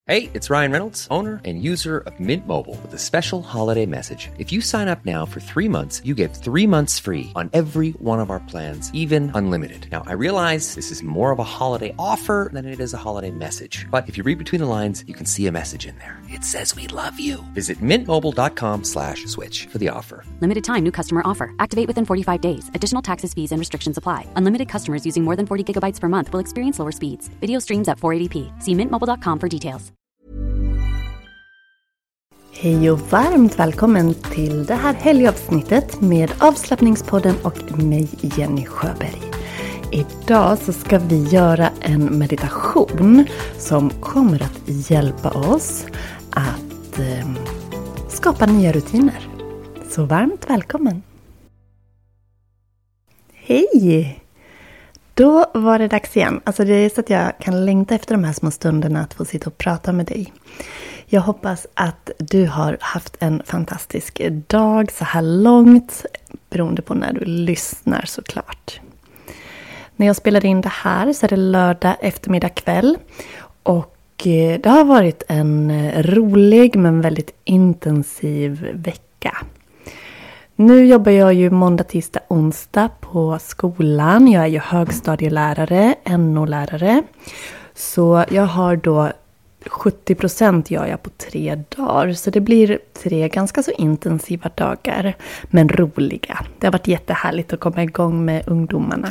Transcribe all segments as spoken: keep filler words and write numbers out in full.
Hey, it's Ryan Reynolds, owner and user of Mint Mobile, with a special holiday message. If you sign up now for three months, you get three months free on every one of our plans, even unlimited. Now, I realize this is more of a holiday offer than it is a holiday message. But if you read between the lines, you can see a message in there. It says we love you. Visit mintmobile.com slash switch for the offer. Limited time new customer offer. Activate within forty-five days. Additional taxes, fees, and restrictions apply. Unlimited customers using more than forty gigabytes per month will experience lower speeds. Video streams at four eighty p. See mint mobile dot com for details. Hej och varmt välkommen till det här helgavsnittet med Avslappningspodden och mig, Jenny Sjöberg. Idag så ska vi göra en meditation som kommer att hjälpa oss att eh, skapa nya rutiner. Så varmt välkommen! Hej! Då var det dags igen. Alltså det är så att jag kan längta efter de här små stunderna att få sitta och prata med dig. Jag hoppas att du har haft en fantastisk dag så här långt, beroende på när du lyssnar såklart. När jag spelar in det här så är det lördag eftermiddag kväll och det har varit en rolig men väldigt intensiv vecka. Nu jobbar jag ju måndag, tisdag, onsdag på skolan. Jag är ju högstadielärare, N O-lärare. Så jag har då sjuttio procent gör jag på tre dagar. Så det blir tre ganska så intensiva dagar, men roliga. Det har varit jättehärligt att komma igång med ungdomarna.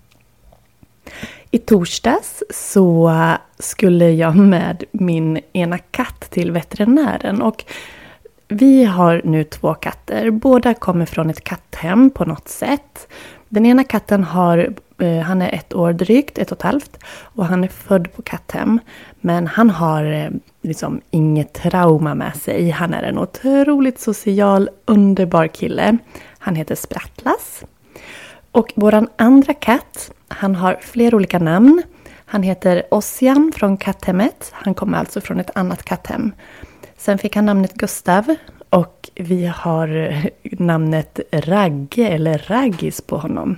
I torsdags så skulle jag med min ena katt till veterinären och vi har nu två katter. Båda kommer från ett katthem på något sätt. Den ena katten har, eh, han är ett år drygt, ett och ett halvt. Och han är född på katthem. Men han har eh, liksom inget trauma med sig. Han är en otroligt social, underbar kille. Han heter Sprattlas. Och våran andra katt, han har flera olika namn. Han heter Ossian från katthemmet. Han kommer alltså från ett annat katthem. Sen fick han namnet Gustav och vi har namnet Ragge eller Raggis på honom.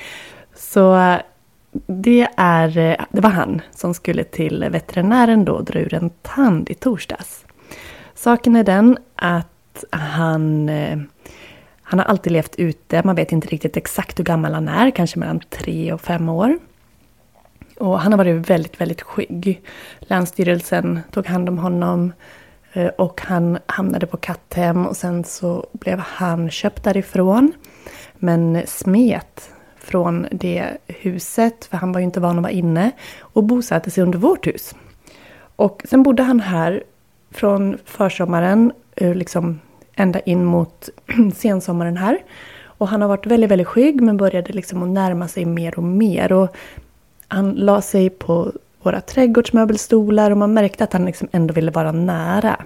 Så det, är, det var han som skulle till veterinären då och dra ur en tand i torsdags. Saken är den att han, han har alltid levt ute. Man vet inte riktigt exakt hur gammal han är, kanske mellan tre och fem år. Och han har varit väldigt, väldigt skygg. Länsstyrelsen tog hand om honom. Och han hamnade på katthem och sen så blev han köpt därifrån. Men smet från det huset, för han var ju inte van att vara inne. Och bosatte sig under vårt hus. Och sen bodde han här från försommaren, liksom ända in mot sensommaren här. Och han har varit väldigt, väldigt skygg men började liksom att närma sig mer och mer. Och han la sig på våra trädgårdsmöbelstolar och man märkte att han liksom ändå ville vara nära.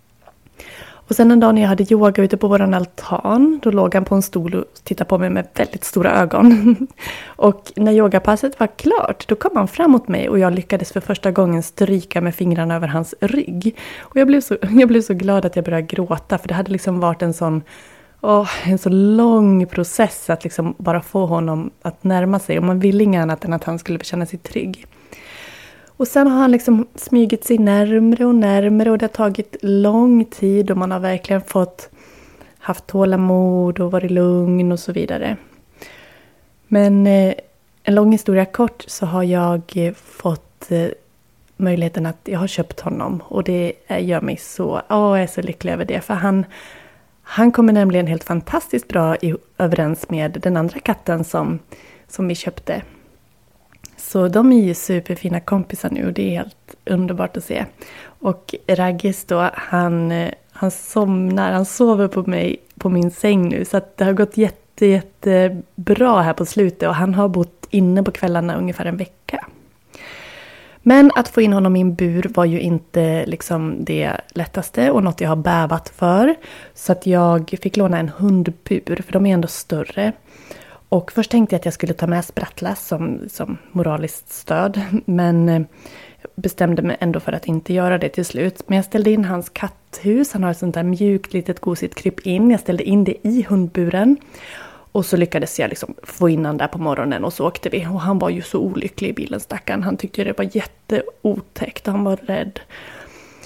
Och sen en dag när jag hade yoga ute på våran altan, då låg han på en stol och tittade på mig med väldigt stora ögon. Och när yogapasset var klart, då kom han fram mot mig och jag lyckades för första gången stryka med fingrarna över hans rygg. Och jag blev så, jag blev så glad att jag började gråta, för det hade liksom varit en sån, åh, en så lång process att liksom bara få honom att närma sig. Och man ville inget annat än att han skulle känna sig trygg. Och sen har han liksom smygit sig närmare och närmare och det har tagit lång tid och man har verkligen fått haft tålamod och varit lugn och så vidare. Men eh, en lång historia kort så har jag eh, fått eh, möjligheten att jag har köpt honom och det gör mig så, åh, jag är så lycklig över det, för han, han kommer nämligen helt fantastiskt bra i, överens med den andra katten som, som vi köpte. Så de är ju superfina kompisar nu och det är helt underbart att se. Och Raggis då, han, han somnar, han sover på mig, på min säng nu. Så att det har gått jätte, jätte bra här på slutet och han har bott inne på kvällarna ungefär en vecka. Men att få in honom i en bur var ju inte liksom det lättaste och något jag har bävat för. Så att jag fick låna en hundbur, för de är ändå större. Och först tänkte jag att jag skulle ta med Sprattlas som, som moraliskt stöd. Men bestämde mig ändå för att inte göra det till slut. Men jag ställde in hans katthus. Han har ett sånt där mjukt, litet, gosigt kryp in. Jag ställde in det i hundburen. Och så lyckades jag liksom få in han där på morgonen och så åkte vi. Och han var ju så olycklig i bilen, stackaren. Han tyckte det var jätteotäckt och han var rädd.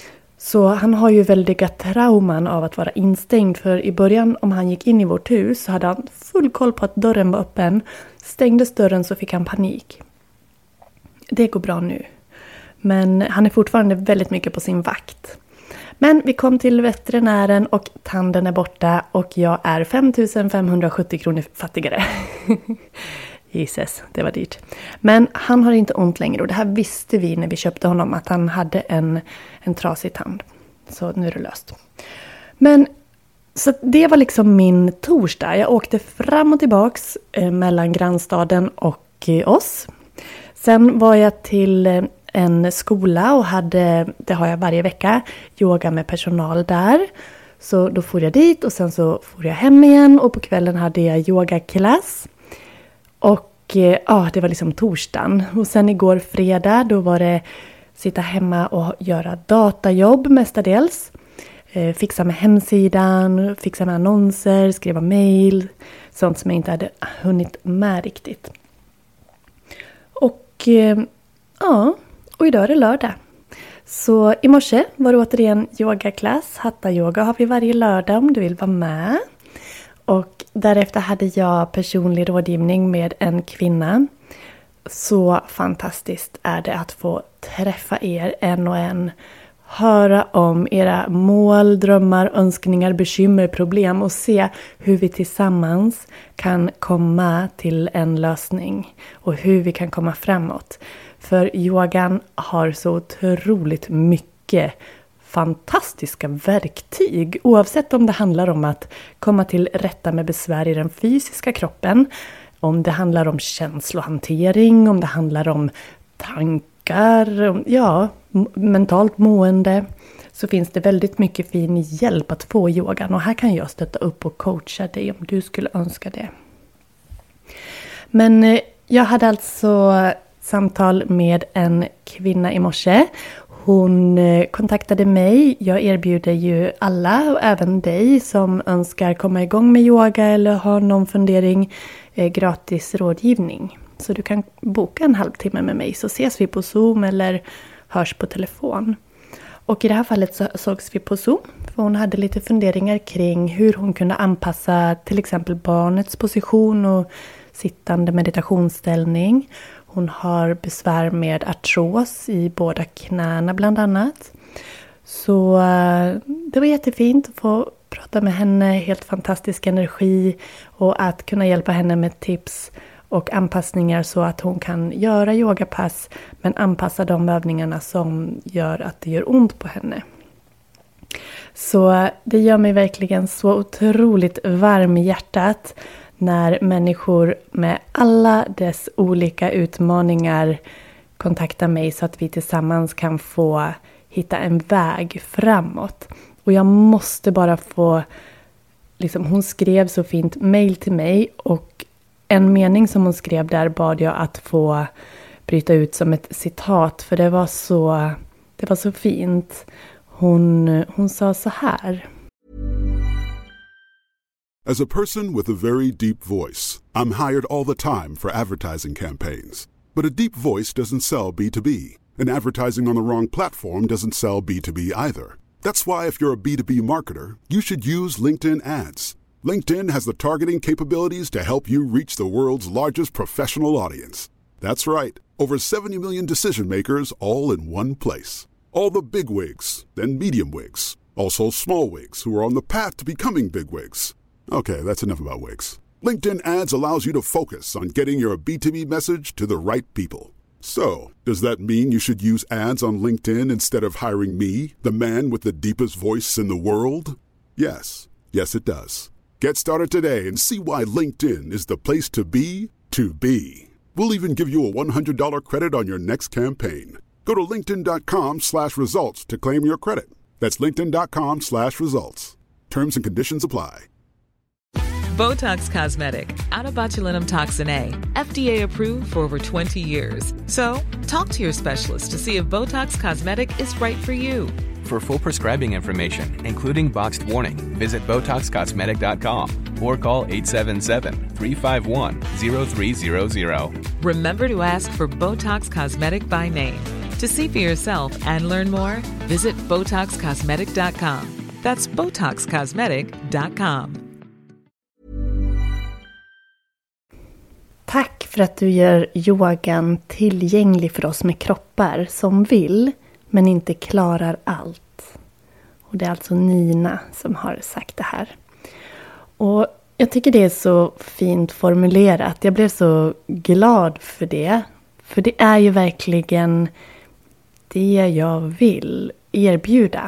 Så han har ju väldiga trauman av att vara instängd. För i början om han gick in i vårt hus så hade han full koll på att dörren var öppen. Stängdes dörren så fick han panik. Det går bra nu. Men han är fortfarande väldigt mycket på sin vakt. Men vi kom till veterinären och tanden är borta och jag är fem tusen femhundrasjuttio kronor fattigare. Jesus, det var dyrt. Men han har inte ont längre och det här visste vi när vi köpte honom att han hade en, en trasig tand. Så nu är det löst. Men så det var liksom min torsdag. Jag åkte fram och tillbaks eh, mellan grannstaden och eh, oss. Sen var jag till en skola och hade, det har jag varje vecka, yoga med personal där. Så då får jag dit och sen så får jag hem igen och på kvällen hade jag yogaklass. Och ja, det var liksom torsdagen. Och sen igår fredag då var det sitta hemma och göra datajobb mestadels. Fixa med hemsidan, fixa med annonser, skriva mejl. Sånt som jag inte hade hunnit med riktigt. Och ja, och idag är det lördag. Så i morse var det återigen yogaklass. Hatta yoga har vi varje lördag om du vill vara med. Och därefter hade jag personlig rådgivning med en kvinna. Så fantastiskt är det att få träffa er en och en. Höra om era mål, drömmar, önskningar, bekymmer, problem och se hur vi tillsammans kan komma till en lösning och hur vi kan komma framåt. För yogan har så otroligt mycket fantastiska verktyg. Oavsett om det handlar om att komma till rätta med besvär i den fysiska kroppen. Om det handlar om känslohantering. Om det handlar om tankar. Om, ja, mentalt mående. Så finns det väldigt mycket fin hjälp att få i yogan. Och här kan jag stötta upp och coacha dig om du skulle önska det. Men jag hade alltså samtal med en kvinna i morse. Hon kontaktade mig. Jag erbjuder ju alla och även dig som önskar komma igång med yoga eller har någon fundering gratis rådgivning. Så du kan boka en halvtimme med mig så ses vi på Zoom eller hörs på telefon. Och i det här fallet så sågs vi på Zoom. För hon hade lite funderingar kring hur hon kunde anpassa till exempel barnets position och sittande meditationsställning. Hon har besvär med artros i båda knäna bland annat. Så det var jättefint att få prata med henne. Helt fantastisk energi. Och att kunna hjälpa henne med tips och anpassningar så att hon kan göra yogapass. Men anpassa de övningarna som gör att det gör ont på henne. Så det gör mig verkligen så otroligt varm i hjärtat. När människor med alla dess olika utmaningar kontaktar mig så att vi tillsammans kan få hitta en väg framåt. Och jag måste bara få, liksom, hon skrev så fint mejl till mig och en mening som hon skrev där bad jag att få bryta ut som ett citat. För det var så, det var så fint. Hon, hon sa så här. As a person with a very deep voice, I'm hired all the time for advertising campaigns. But a deep voice doesn't sell B two B, and advertising on the wrong platform doesn't sell B two B either. That's why if you're a B two B marketer, you should use LinkedIn ads. LinkedIn has the targeting capabilities to help you reach the world's largest professional audience. That's right, over seventy million decision makers all in one place. All the big wigs, then medium wigs, also small wigs who are on the path to becoming big wigs. Okay, that's enough about wigs. LinkedIn ads allows you to focus on getting your B two B message to the right people. So, does that mean you should use ads on LinkedIn instead of hiring me, the man with the deepest voice in the world? Yes. Yes, it does. Get started today and see why LinkedIn is the place to be to be. We'll even give you a one hundred dollars credit on your next campaign. Go to linkedin.com slash results to claim your credit. That's linkedin.com slash results. Terms and conditions apply. Botox Cosmetic, out of botulinum toxin A, F D A approved for over twenty years. So, talk to your specialist to see if Botox Cosmetic is right for you. For full prescribing information, including boxed warning, visit Botox Cosmetic dot com or call eight seven seven, three five one, zero three zero zero. Remember to ask for Botox Cosmetic by name. To see for yourself and learn more, visit Botox Cosmetic dot com. That's Botox Cosmetic dot com. Tack för att du gör yogan tillgänglig för oss med kroppar som vill men inte klarar allt. Och det är alltså Nina som har sagt det här. Och jag tycker det är så fint formulerat. Jag blev så glad för det. För det är ju verkligen det jag vill erbjuda.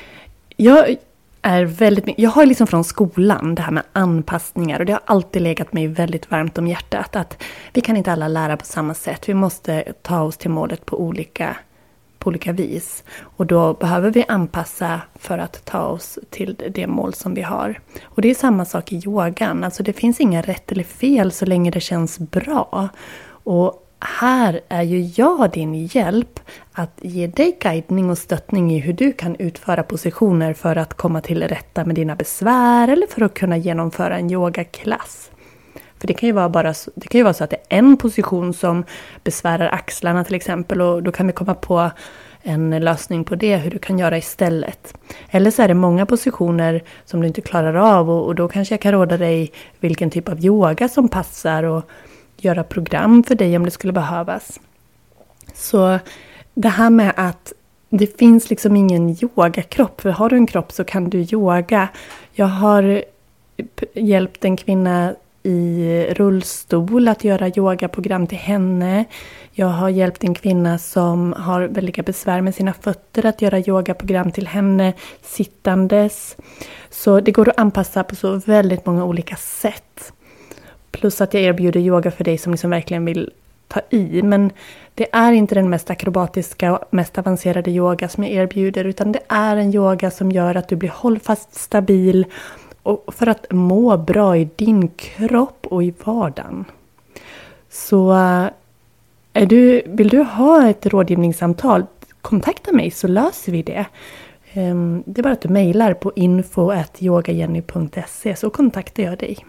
Jag är väldigt Jag har liksom från skolan det här med anpassningar. Och det har alltid legat mig väldigt varmt om hjärtat. Att vi kan inte alla lära på samma sätt. Vi måste ta oss till målet på olika på olika vis. Och då behöver vi anpassa för att ta oss till det mål som vi har. Och det är samma sak i yogan. Alltså det finns inga rätt eller fel så länge det känns bra. Och här är ju jag din hjälp att ge dig guidning och stöttning i hur du kan utföra positioner för att komma till rätta med dina besvär eller för att kunna genomföra en yogaklass. För det kan ju vara bara det kan ju vara så att det är en position som besvärar axlarna till exempel, och då kan vi komma på en lösning på det, hur du kan göra istället. Eller så är det många positioner som du inte klarar av, och, och då kanske jag kan råda dig vilken typ av yoga som passar och göra program för dig om det skulle behövas. Så det här med att det finns liksom ingen yogakropp, för har du en kropp så kan du yoga. Jag har hjälpt en kvinna i rullstol att göra yogaprogram till henne. Jag har hjälpt en kvinna som har väldiga besvär med sina fötter att göra yogaprogram till henne sittandes. Så det går att anpassa på så väldigt många olika sätt. Plus att jag erbjuder yoga för dig som liksom verkligen vill ta i. Men det är inte den mest akrobatiska och mest avancerade yoga som jag erbjuder. Utan det är en yoga som gör att du blir hållfast stabil. Och för att må bra i din kropp och i vardagen. Så är du, vill du ha ett rådgivningssamtal, kontakta mig så löser vi det. Det är bara att du mejlar på info at yogajenny punkt se så kontaktar jag dig.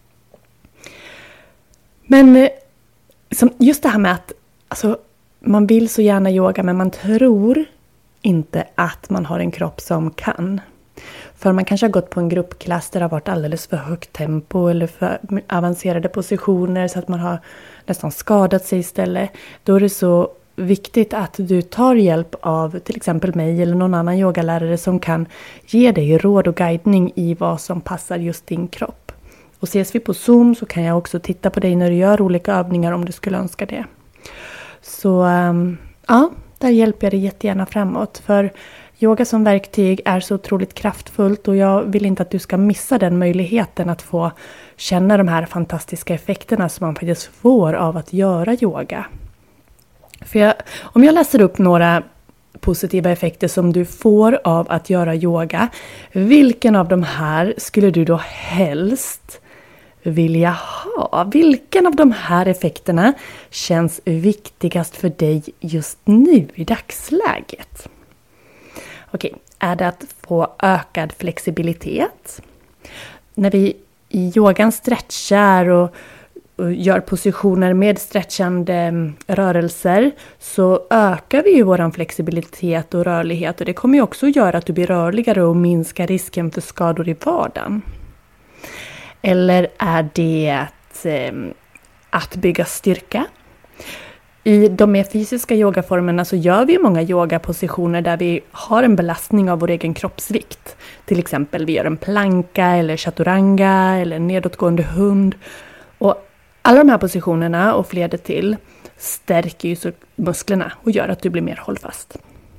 Men just det här med att alltså, man vill så gärna yoga men man tror inte att man har en kropp som kan. För man kanske har gått på en gruppklass där det har varit alldeles för högt tempo eller för avancerade positioner så att man har nästan skadat sig istället. Då är det så viktigt att du tar hjälp av till exempel mig eller någon annan yogalärare som kan ge dig råd och guidning i vad som passar just din kropp. Och ses vi på Zoom så kan jag också titta på dig när du gör olika övningar om du skulle önska det. Så ja, där hjälper jag dig jättegärna framåt. För yoga som verktyg är så otroligt kraftfullt och jag vill inte att du ska missa den möjligheten att få känna de här fantastiska effekterna som man faktiskt får av att göra yoga. För jag, om jag läser upp några positiva effekter som du får av att göra yoga, vilken av de här skulle du då helst vilja ha? Vilken av de här effekterna känns viktigast för dig just nu i dagsläget? Okej, är det att få ökad flexibilitet? När vi i yogan stretchar och, och gör positioner med stretchande rörelser så ökar vi ju vår flexibilitet och rörlighet. Och det kommer ju också göra att du blir rörligare och minskar risken för skador i vardagen. Eller är det att, eh, att bygga styrka? I de mer fysiska yogaformerna så gör vi många yogapositioner där vi har en belastning av vår egen kroppsvikt. Till exempel vi gör en planka eller chaturanga eller en nedåtgående hund. Och alla de här positionerna och fler till stärker ju så musklerna och gör att du blir mer hållfast.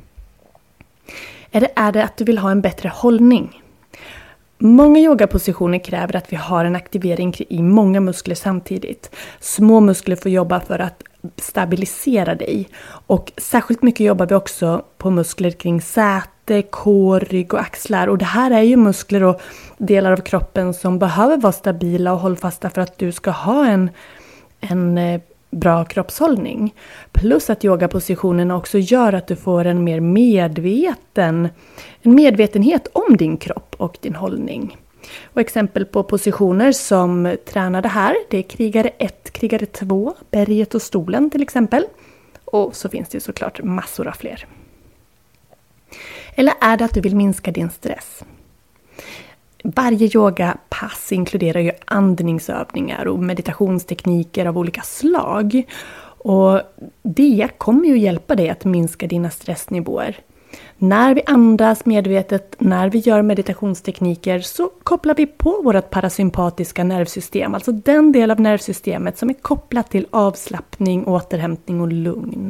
Eller är det att du vill ha en bättre hållning? Många yogapositioner kräver att vi har en aktivering i många muskler samtidigt. Små muskler får jobba för att stabilisera dig. Och särskilt mycket jobbar vi också på muskler kring säte, kår, rygg och axlar. Och det här är ju muskler och delar av kroppen som behöver vara stabila och hållfasta för att du ska ha en, en bra kroppshållning. Plus att yogapositionerna också gör att du får en mer medveten, en medvetenhet om din kropp och din hållning. Och exempel på positioner som tränar det här, det är krigare ett, krigare två, berget och stolen till exempel. Och så finns det ju såklart massor av fler. Eller är det att du vill minska din stress? Varje yogapass inkluderar ju andningsövningar och meditationstekniker av olika slag. Och det kommer ju hjälpa dig att minska dina stressnivåer. När vi andas medvetet, när vi gör meditationstekniker så kopplar vi på vårt parasympatiska nervsystem. Alltså den del av nervsystemet som är kopplat till avslappning, återhämtning och lugn.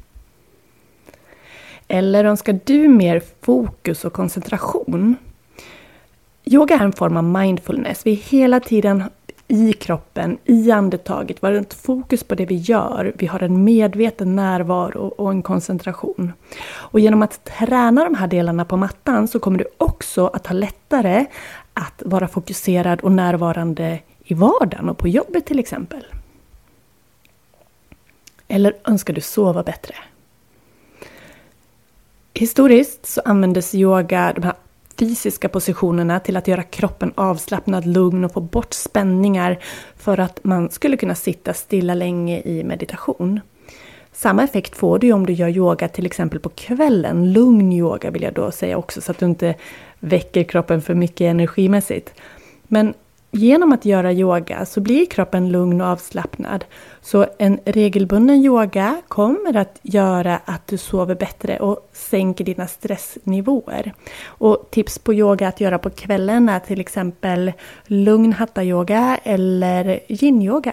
Eller önskar du mer fokus och koncentration? Yoga är en form av mindfulness. Vi är hela tiden i kroppen, i andetaget. Vi har ett fokus på det vi gör. Vi har en medveten närvaro och en koncentration. Och genom att träna de här delarna på mattan så kommer du också att ha lättare att vara fokuserad och närvarande i vardagen och på jobbet till exempel. Eller önskar du sova bättre? Historiskt så användes yoga, de här fysiska positionerna, till att göra kroppen avslappnad, lugn och få bort spänningar för att man skulle kunna sitta stilla länge i meditation. Samma effekt får du om du gör yoga till exempel på kvällen. Lugn yoga vill jag då säga också, så att du inte väcker kroppen för mycket energimässigt. Men genom att göra yoga så blir kroppen lugn och avslappnad. Så en regelbunden yoga kommer att göra att du sover bättre och sänker dina stressnivåer. Och tips på yoga att göra på kvällen är till exempel lugn hatha yoga eller yin yoga.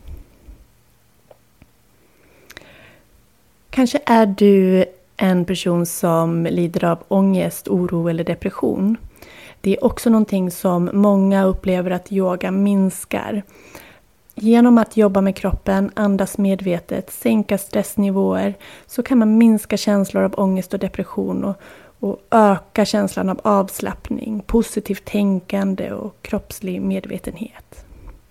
Kanske är du en person som lider av ångest, oro eller depression. Det är också någonting som många upplever att yoga minskar. Genom att jobba med kroppen, andas medvetet, sänka stressnivåer så kan man minska känslor av ångest och depression och, och öka känslan av avslappning, positivt tänkande och kroppslig medvetenhet.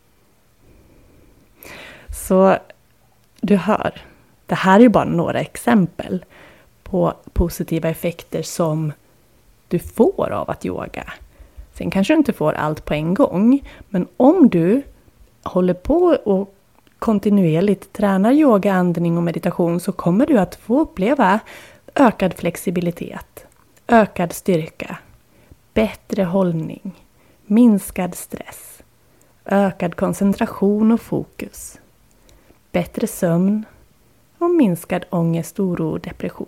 Så du hör, det här är ju bara några exempel på positiva effekter som du får av att yoga. Sen kanske du inte får allt på en gång, men om du håller på och kontinuerligt tränar yoga, andning och meditation så kommer du att få uppleva ökad flexibilitet, ökad styrka, bättre hållning, minskad stress, ökad koncentration och fokus, bättre sömn och minskad ångest, oro och depression.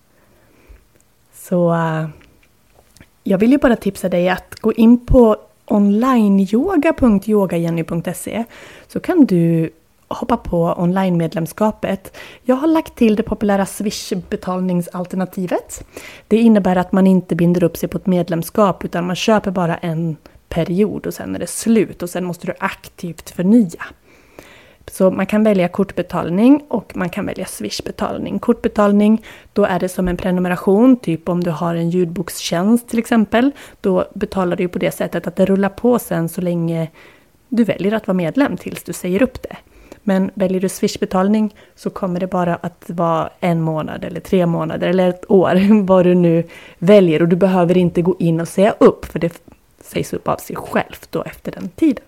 Så jag vill ju bara tipsa dig att gå in på onlineyoga punkt yogajenny punkt se så kan du hoppa på online-medlemskapet. Jag har lagt till det populära Swish-betalningsalternativet. Det innebär att man inte binder upp sig på ett medlemskap utan man köper bara en period och sen är det slut och sen måste du aktivt förnya. Så man kan välja kortbetalning och man kan välja Swish-betalning. Kortbetalning, då är det som en prenumeration, typ om du har en ljudbokstjänst till exempel. Då betalar du på det sättet att det rullar på sen så länge du väljer att vara medlem tills du säger upp det. Men väljer du Swish-betalning så kommer det bara att vara en månad eller tre månader eller ett år, vad du nu väljer. Och du behöver inte gå in och säga upp, för det sägs upp av sig självt då efter den tiden.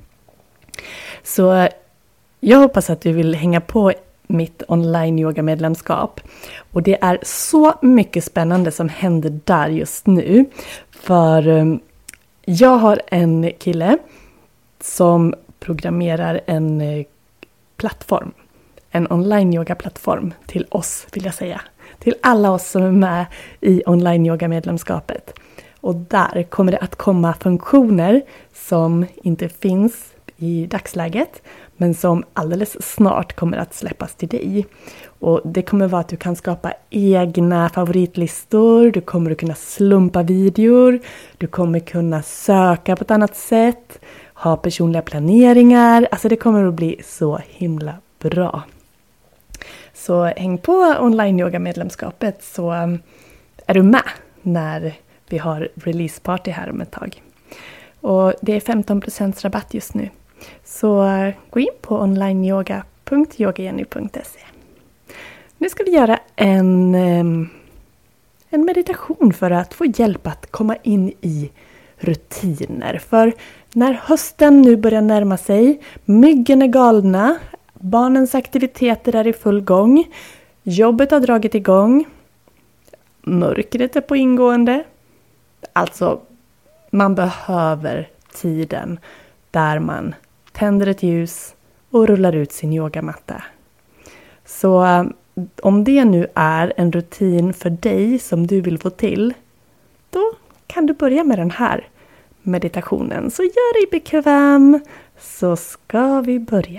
Så jag hoppas att du vill hänga på mitt online-yoga-medlemskap. Och det är så mycket spännande som händer där just nu. För um, jag har en kille som programmerar en uh, plattform. En online-yoga-plattform till oss, vill jag säga. Till alla oss som är med i online-yoga-medlemskapet. Och där kommer det att komma funktioner som inte finns i dagsläget, men som alldeles snart kommer att släppas till dig. Och det kommer vara att du kan skapa egna favoritlistor, du kommer att kunna slumpa videor, du kommer kunna söka på ett annat sätt, ha personliga planeringar. Alltså det kommer att bli så himla bra. Så häng på online-yoga-medlemskapet så är du med när vi har releaseparty här om ett tag. Och det är femton procent rabatt just nu. Så gå in på onlineyoga punkt yogajenny punkt se. Nu ska vi göra en, en meditation för att få hjälp att komma in i rutiner. För när hösten nu börjar närma sig, myggen är galna, barnens aktiviteter är i full gång. Jobbet har dragit igång. Mörkret är på ingående. Alltså, man behöver tiden där man tänder ett ljus och rullar ut sin yogamatta. Så om det nu är en rutin för dig som du vill få till, då kan du börja med den här meditationen. Så gör dig bekväm, så ska vi börja.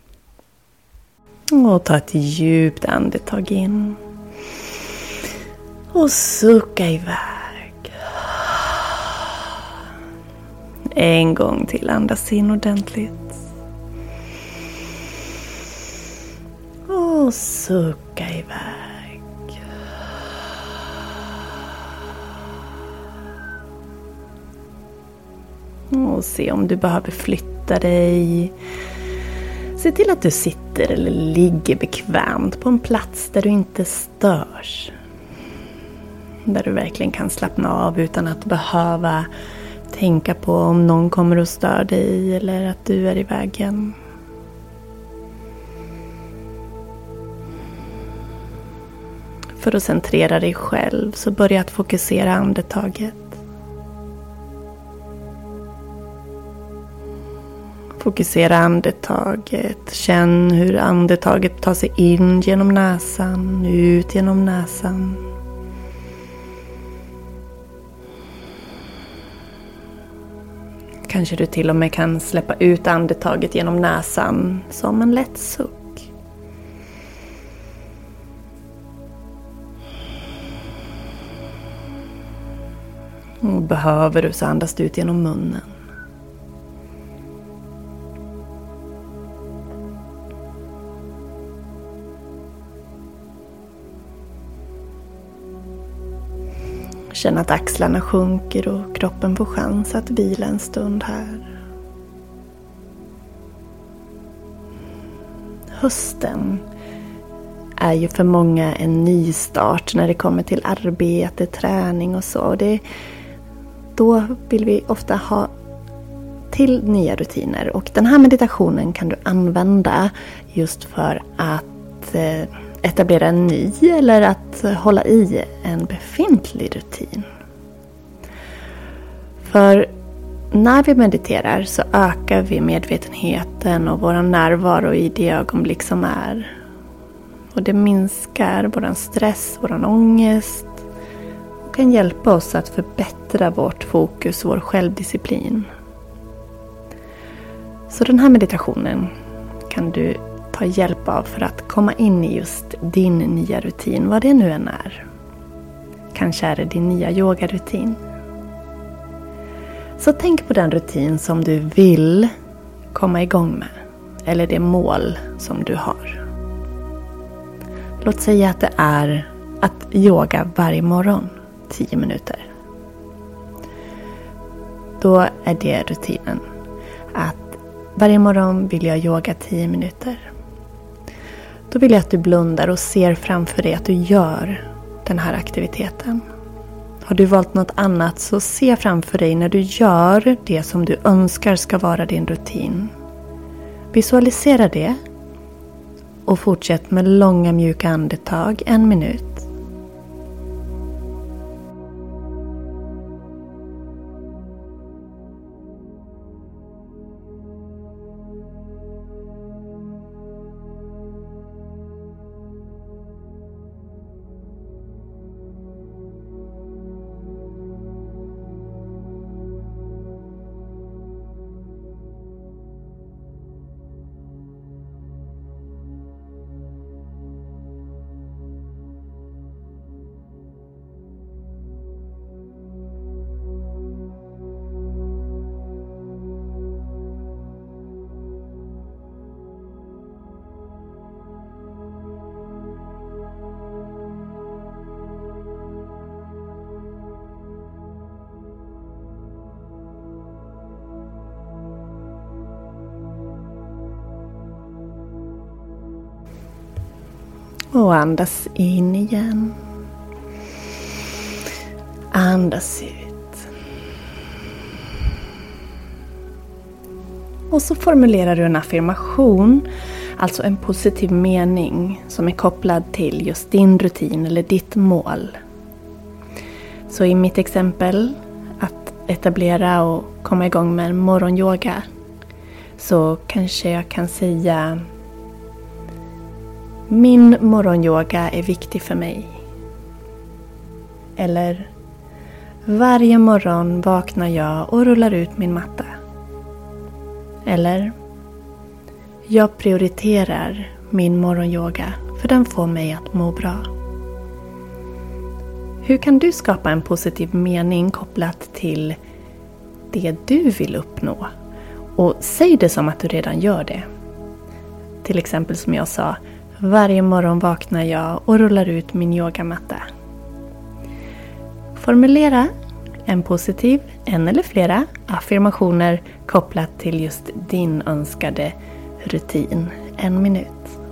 Och ta ett djupt andetag in. Och sucka iväg. En gång till, andas in ordentligt. Och sucka iväg. Och se om du behöver flytta dig. Se till att du sitter eller ligger bekvämt på en plats där du inte störs. Där du verkligen kan slappna av utan att behöva tänka på om någon kommer att störa dig eller att du är i vägen. För att centrera dig själv så börja att fokusera andetaget. Fokusera andetaget. Känn hur andetaget tar sig in genom näsan, ut genom näsan. Kanske du till och med kan släppa ut andetaget genom näsan som en lätt suck. Och behöver du så andas du ut genom munnen. Känn att axlarna sjunker och kroppen får chans att vila en stund här. Hösten är ju för många en ny start när det kommer till arbete, träning och så. Det, då vill vi ofta ha till nya rutiner. Och den här meditationen kan du använda just för att eh, etablera en ny eller att hålla i en befintlig rutin. För när vi mediterar så ökar vi medvetenheten och vår närvaro i det ögonblick som är. Och det minskar vår stress, vår ångest och kan hjälpa oss att förbättra vårt fokus och vår självdisciplin. Så den här meditationen kan du ta hjälp av för att komma in i just din nya rutin, vad det nu än är. Kanske är det din nya yogarutin. Så tänk på den rutin som du vill komma igång med, eller det mål som du har. Låt säga att det är att yoga varje morgon, tio minuter. Då är det rutinen. Att varje morgon vill jag yoga tio minuter. Då vill jag att du blundar och ser framför dig att du gör den här aktiviteten. Har du valt något annat så se framför dig när du gör det som du önskar ska vara din rutin. Visualisera det och fortsätt med långa mjuka andetag en minut. Och andas in igen. Andas ut. Och så formulerar du en affirmation Alltså en positiv mening som är kopplad till just din rutin eller ditt mål. Så i mitt exempel att etablera och komma igång med en morgonyoga, så kanske jag kan säga: min morgonyoga är viktig för mig. Eller: varje morgon vaknar jag och rullar ut min matta. Eller: jag prioriterar min morgonyoga för den får mig att må bra. Hur kan du skapa en positiv mening kopplat till det du vill uppnå? Och säg det som att du redan gör det. Till exempel som jag sa: varje morgon vaknar jag och rullar ut min yogamatta. Formulera en positiv, en eller flera affirmationer kopplat till just din önskade rutin. En minut.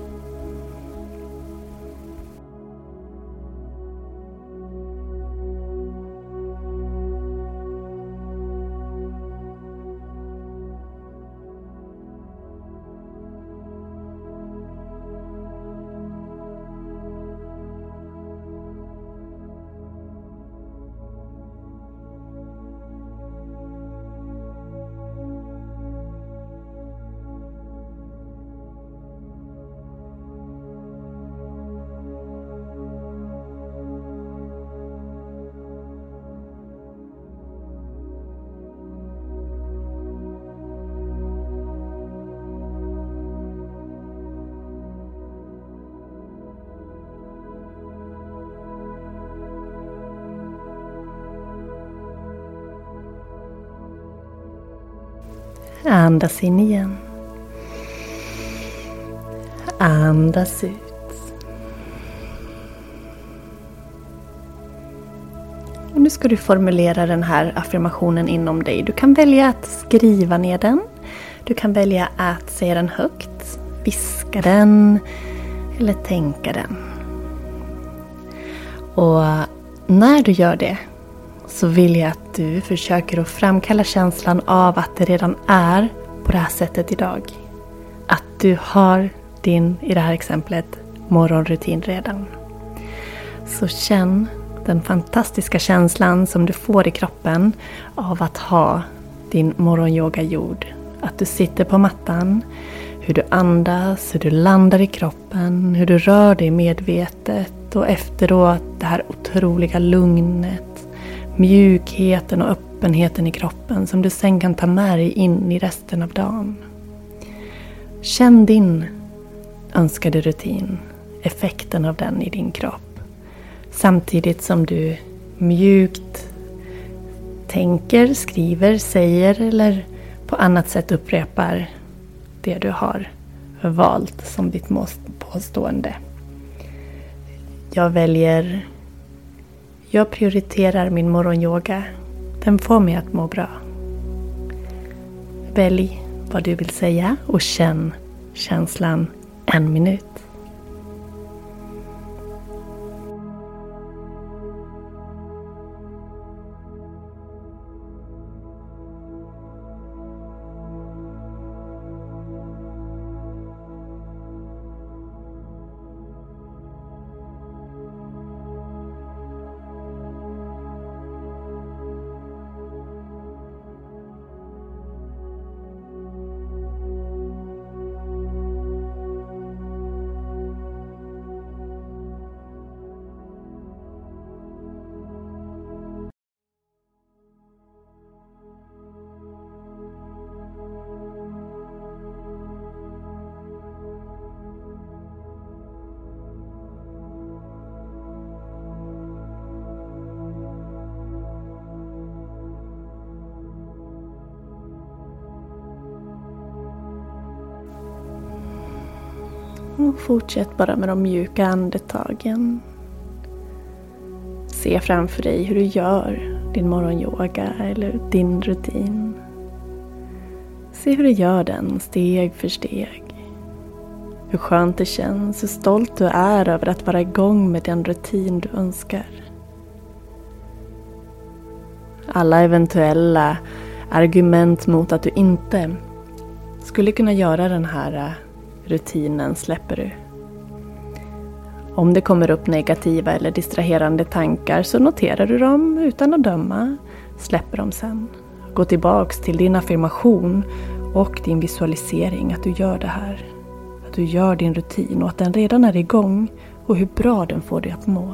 Andas in igen. Andas ut. Och nu ska du formulera den här affirmationen inom dig. Du kan välja att skriva ner den. Du kan välja att säga den högt, viska den eller tänka den. Och när du gör det så vill jag att du försöker att framkalla känslan av att det redan är på det här sättet idag. Att du har din, i det här exemplet, morgonrutin redan. Så känn den fantastiska känslan som du får i kroppen av att ha din morgonyoga gjord. Att du sitter på mattan, hur du andas, hur du landar i kroppen, hur du rör dig medvetet och efteråt det här otroliga lugnet, mjukheten och öppenheten i kroppen som du sen kan ta med dig in i resten av dagen. Känn din önskade rutin, effekten av den i din kropp. Samtidigt som du mjukt tänker, skriver, säger eller på annat sätt upprepar det du har valt som ditt påstående. Jag väljer, jag prioriterar min morgonyoga. Den får mig att må bra. Välj vad du vill säga och känn känslan en minut. Och fortsätt bara med de mjuka andetagen. Se framför dig hur du gör din morgonyoga eller din rutin. Se hur du gör den steg för steg. Hur skönt det känns, hur stolt du är över att vara igång med den rutin du önskar. Alla eventuella argument mot att du inte skulle kunna göra den här rutinen släpper du. Om det kommer upp negativa eller distraherande tankar så noterar du dem utan att döma, släpper dem sen. Gå tillbaks till din affirmation och din visualisering att du gör det här. Att du gör din rutin och att den redan är igång och hur bra den får dig att må.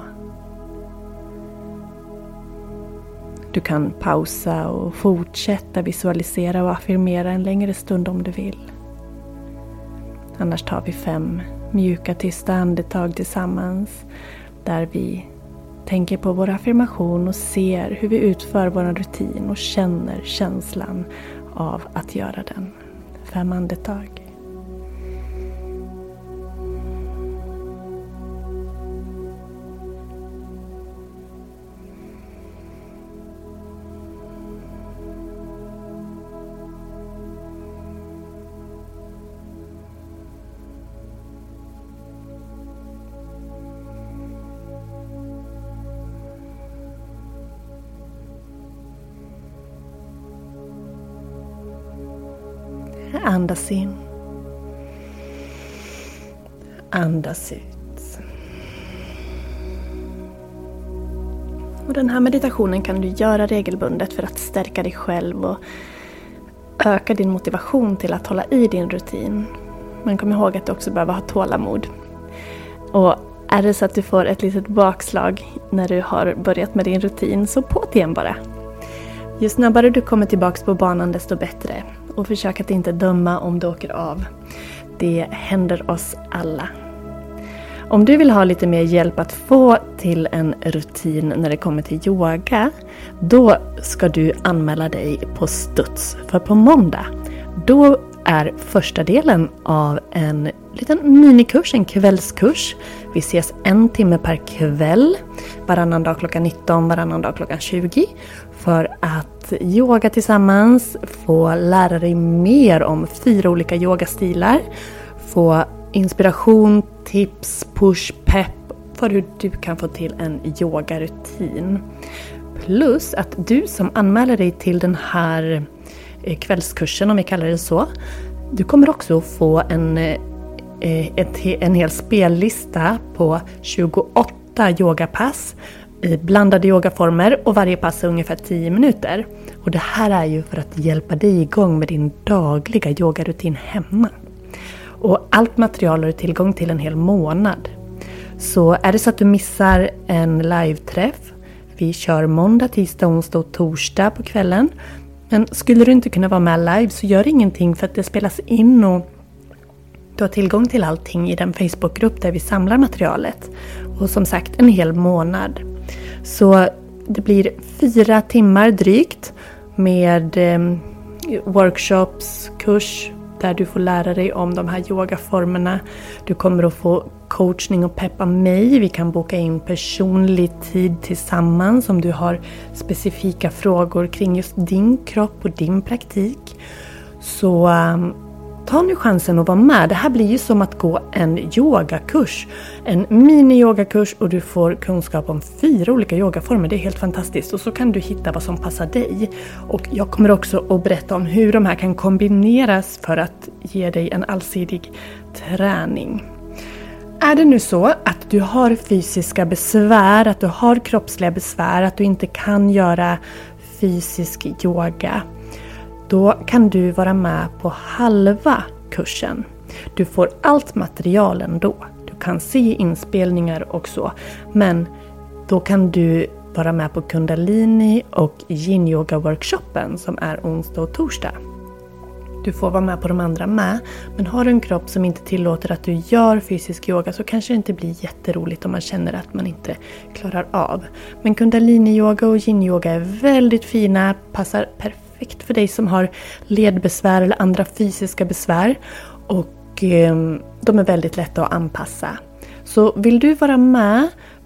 Du kan pausa och fortsätta visualisera och affirmera en längre stund om du vill. Annars tar vi fem mjuka tysta andetag tillsammans där vi tänker på vår affirmation och ser hur vi utför vår rutin och känner känslan av att göra den. Fem andetag. Andas in. Andas ut. Och den här meditationen kan du göra regelbundet för att stärka dig själv och öka din motivation till att hålla i din rutin. Men kom ihåg att du också behöver ha tålamod. Och är det så att du får ett litet bakslag när du har börjat med din rutin, så på igen bara. Ju snabbare du kommer tillbaka på banan desto bättre. Och försök att inte döma om du åker av. Det händer oss alla. Om du vill ha lite mer hjälp att få till en rutin när det kommer till yoga, då ska du anmäla dig på Studs. För på måndag, då är första delen av en liten minikurs, en kvällskurs. Vi ses en timme per kväll, varannan dag klockan nitton, varannan dag klockan tjugo. För att yoga tillsammans, få lära dig mer om fyra olika yogastilar. Få inspiration, tips, push, pepp för hur du kan få till en yogarutin. Plus att du som anmäler dig till den här kvällskursen, om vi kallar det så, du kommer också få en, ett, en hel spellista på tjugoåtta yogapass i blandade yogaformer, och varje pass är ungefär tio minuter. Och det här är ju för att hjälpa dig igång med din dagliga yogarutin hemma. Och allt material har du tillgång till en hel månad. Så är det så att du missar en live-träff, vi kör måndag, tisdag, onsdag och torsdag på kvällen. Men skulle du inte kunna vara med live så gör ingenting, för att det spelas in och du har tillgång till allting i den Facebookgrupp där vi samlar materialet. Och som sagt, en hel månad. Så det blir fyra timmar drygt med eh, workshops, kurs där du får lära dig om de här yogaformerna. Du kommer att få coachning och peppa mig. Vi kan boka in personlig tid tillsammans om du har specifika frågor kring just din kropp och din praktik. Så um, ta nu chansen att vara med. Det här blir ju som att gå en yogakurs. En mini-yogakurs, och du får kunskap om fyra olika yogaformer. Det är helt fantastiskt. Och så kan du hitta vad som passar dig. Och jag kommer också att berätta om hur de här kan kombineras för att ge dig en allsidig träning. Är det nu så att du har fysiska besvär, att du har kroppsliga besvär, att du inte kan göra fysisk yoga, då kan du vara med på halva kursen. Du får allt material ändå. Du kan se inspelningar och så. Men då kan du vara med på Kundalini och Yin Yoga workshopen som är onsdag och torsdag. Du får vara med på de andra med. Men har du en kropp som inte tillåter att du gör fysisk yoga, så kanske det inte blir jätteroligt om man känner att man inte klarar av. Men Kundalini yoga och Yin yoga är väldigt fina. Passar perfekt för dig som har ledbesvär eller andra fysiska besvär. Och eh, de är väldigt lätta att anpassa. Så vill du vara med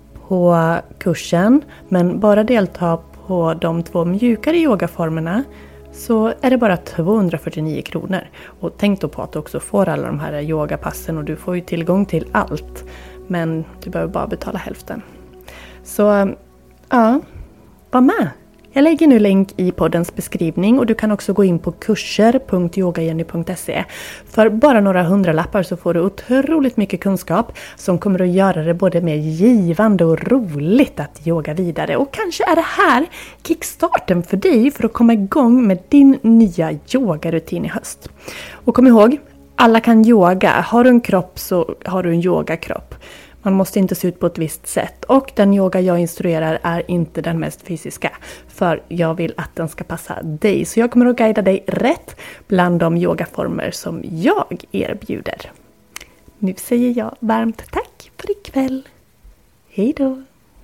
på kursen men bara delta på de två mjukare yogaformerna, så är det bara tvåhundrafyrtionio kronor. Och tänk då på att du också får alla de här yogapassen, och du får ju tillgång till allt. Men du behöver bara betala hälften. Så ja, var med. Jag lägger nu länk i poddens beskrivning och du kan också gå in på kurser punkt yogajenny punkt se. För bara några hundralappar så får du otroligt mycket kunskap som kommer att göra det både mer givande och roligt att yoga vidare. Och kanske är det här kickstarten för dig för att komma igång med din nya yogarutin i höst. Och kom ihåg, alla kan yoga. Har du en kropp så har du en yogakropp. Man måste inte se ut på ett visst sätt. Och den yoga jag instruerar är inte den mest fysiska. För jag vill att den ska passa dig. Så jag kommer att guida dig rätt bland de yogaformer som jag erbjuder. Nu säger jag varmt tack för ikväll. Hej då!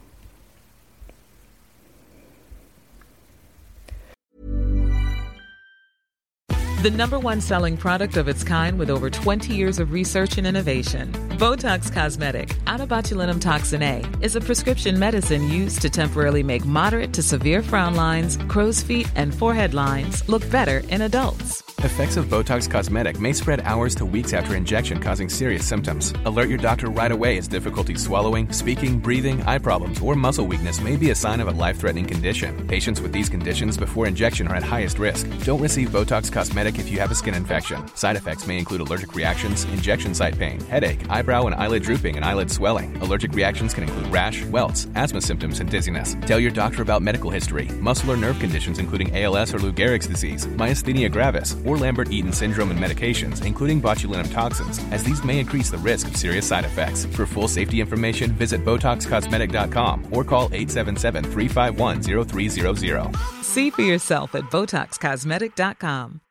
The number one selling product of its kind with over twenty years of research and innovation. Botox Cosmetic, out of botulinum toxin A, is a prescription medicine used to temporarily make moderate to severe frown lines, crow's feet, and forehead lines look better in adults. Effects of Botox Cosmetic may spread hours to weeks after injection, causing serious symptoms. Alert your doctor right away as difficulty swallowing, speaking, breathing, eye problems, or muscle weakness may be a sign of a life-threatening condition. Patients with these conditions before injection are at highest risk. Don't receive Botox Cosmetic if you have a skin infection. Side effects may include allergic reactions, injection site pain, headache, eyebrow and eyelid drooping, and eyelid swelling. Allergic reactions can include rash, welts, asthma symptoms, and dizziness. Tell your doctor about medical history, muscle or nerve conditions including A L S or Lou Gehrig's disease, myasthenia gravis, or Lambert-Eaton syndrome and medications, including botulinum toxins, as these may increase the risk of serious side effects. For full safety information, visit Botox Cosmetic dot com or call eight seven seven, three five one, zero three zero zero. See for yourself at Botox Cosmetic dot com.